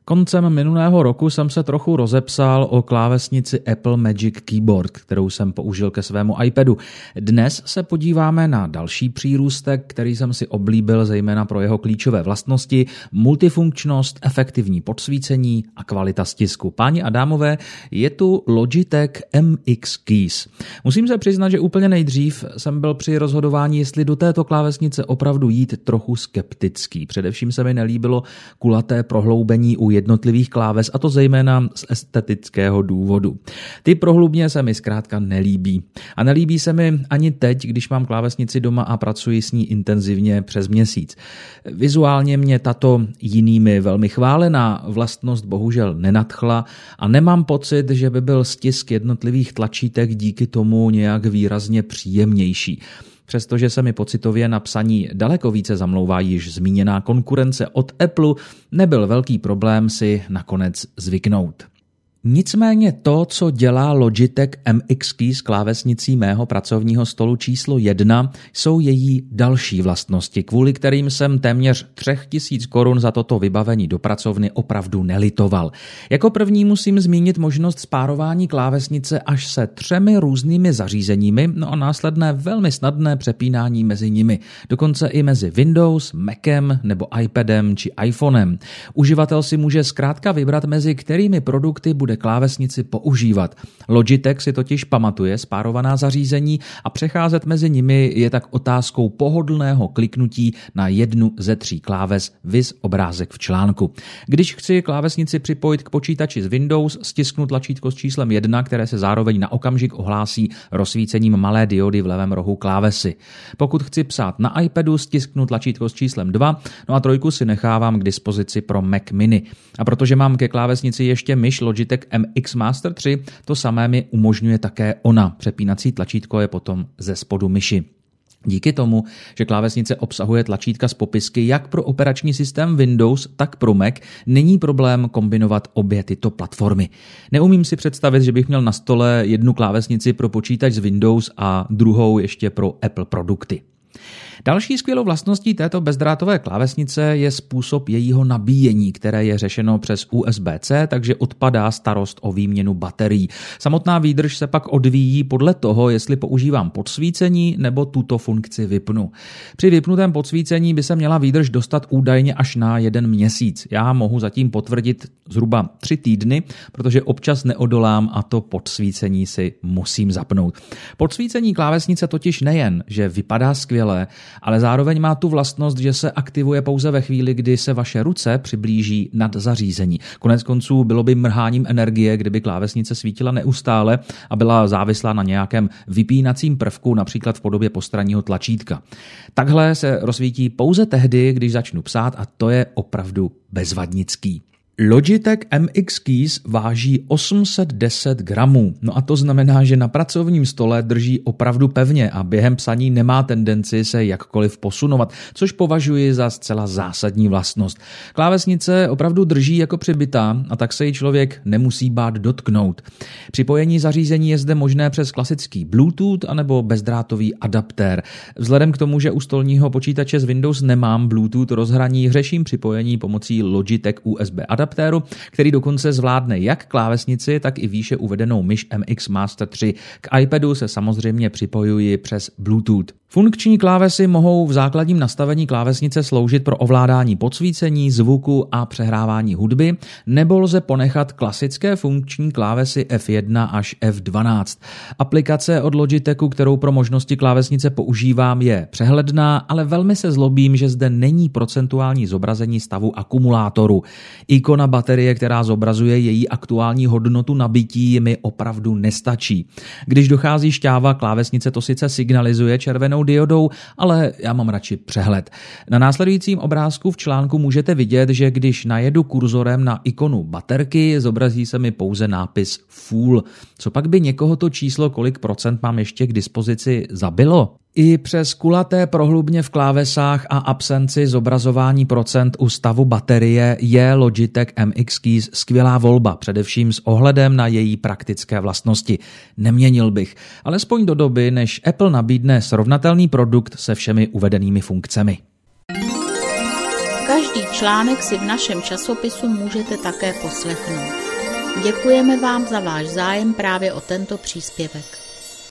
Koncem minulého roku jsem se trochu rozepsal o klávesnici Apple Magic Keyboard, kterou jsem použil ke svému iPadu. Dnes se podíváme na další přírůstek, který jsem si oblíbil zejména pro jeho klíčové vlastnosti, multifunkčnost, efektivní podsvícení a kvalita stisku. Páni a dámové, je tu Logitech MX Keys. Musím se přiznat, že úplně nejdřív jsem byl při rozhodování, jestli do této klávesnice opravdu jít, trochu skeptický. Především se mi nelíbilo kulaté prohloubení u jednotlivých kláves, a to zejména z estetického důvodu. Ty prohlubně se mi zkrátka nelíbí. A nelíbí se mi ani teď, když mám klávesnici doma a pracuji s ní intenzivně přes měsíc. Vizuálně mě tato jinými velmi chválená vlastnost bohužel nenadchla a nemám pocit, že by byl stisk jednotlivých tlačítek díky tomu nějak výrazně příjemnější. Přestože se mi pocitově na psaní daleko více zamlouvá již zmíněná konkurence od Apple, nebyl velký problém si nakonec zvyknout. Nicméně to, co dělá Logitech MX Keys klávesnicí mého pracovního stolu číslo 1, jsou její další vlastnosti, kvůli kterým jsem téměř 3000 korun za toto vybavení do pracovny opravdu nelitoval. Jako první musím zmínit možnost spárování klávesnice až se 3 různými zařízeními, no a následné velmi snadné přepínání mezi nimi, dokonce i mezi Windows, Macem nebo iPadem či iPhonem. Uživatel si může zkrátka vybrat, mezi kterými produkty bude klávesnici používat. Logitech si totiž pamatuje spárovaná zařízení a přecházet mezi nimi je tak otázkou pohodlného kliknutí na jednu ze 3 kláves, viz obrázek v článku. Když chci klávesnici připojit k počítači z Windows, stisknu tlačítko s číslem 1, které se zároveň na okamžik ohlásí rozsvícením malé diody v levém rohu klávesy. Pokud chci psát na iPadu, stisknu tlačítko s číslem 2, no a 3 si nechávám k dispozici pro Mac Mini. A protože mám ke klávesnici ještě myš Logitech MX Master 3, to samé mi umožňuje také ona. Přepínací tlačítko je potom ze spodu myši. Díky tomu, že klávesnice obsahuje tlačítka z popisky jak pro operační systém Windows, tak pro Mac, není problém kombinovat obě tyto platformy. Neumím si představit, že bych měl na stole jednu klávesnici pro počítač z Windows a druhou ještě pro Apple produkty. Další skvělou vlastností této bezdrátové klávesnice je způsob jejího nabíjení, které je řešeno přes USB-C, takže odpadá starost o výměnu baterií. Samotná výdrž se pak odvíjí podle toho, jestli používám podsvícení nebo tuto funkci vypnu. Při vypnutém podsvícení by se měla výdrž dostat údajně až na 1 měsíc. Já mohu zatím potvrdit zhruba 3 týdny, protože občas neodolám a to podsvícení si musím zapnout. Podsvícení klávesnice totiž nejen, že vypadá skvěle, ale zároveň má tu vlastnost, že se aktivuje pouze ve chvíli, kdy se vaše ruce přiblíží nad zařízení. Konec konců bylo by mrháním energie, kdyby klávesnice svítila neustále a byla závislá na nějakém vypínacím prvku, například v podobě postranního tlačítka. Takhle se rozsvítí pouze tehdy, když začnu psát, a to je opravdu bezvadnický. Logitech MX Keys váží 810 gramů, no a to znamená, že na pracovním stole drží opravdu pevně a během psaní nemá tendenci se jakkoliv posunovat, což považuji za zcela zásadní vlastnost. Klávesnice opravdu drží jako přibitá a tak se ji člověk nemusí bát dotknout. Připojení zařízení je zde možné přes klasický Bluetooth anebo bezdrátový adaptér. Vzhledem k tomu, že u stolního počítače z Windows nemám Bluetooth rozhraní, řeším připojení pomocí Logitech USB adaptéru, který dokonce zvládne jak klávesnici, tak i výše uvedenou myš MX Master 3. K iPadu se samozřejmě připojuji přes Bluetooth. Funkční klávesy mohou v základním nastavení klávesnice sloužit pro ovládání podsvícení, zvuku a přehrávání hudby, nebo lze ponechat klasické funkční klávesy F1 až F12. Aplikace od Logitechu, kterou pro možnosti klávesnice používám, je přehledná, ale velmi se zlobím, že zde není procentuální zobrazení stavu akumulátoru. Ikona baterie, která zobrazuje její aktuální hodnotu nabití, mi opravdu nestačí. Když dochází šťáva, klávesnice to sice signalizuje červenou diodou, ale já mám radši přehled. Na následujícím obrázku v článku můžete vidět, že když najedu kurzorem na ikonu baterky, zobrazí se mi pouze nápis full. Co pak by někoho to číslo, kolik procent mám ještě k dispozici, zabilo? I přes kulaté prohlubně v klávesách a absenci zobrazování procent u stavu baterie je Logitech MX Keys skvělá volba, především s ohledem na její praktické vlastnosti. Neměnil bych, alespoň do doby, než Apple nabídne srovnatelný produkt se všemi uvedenými funkcemi. Každý Další článek si v našem časopisu můžete také poslechnout. Děkujeme vám za váš zájem právě o tento příspěvek.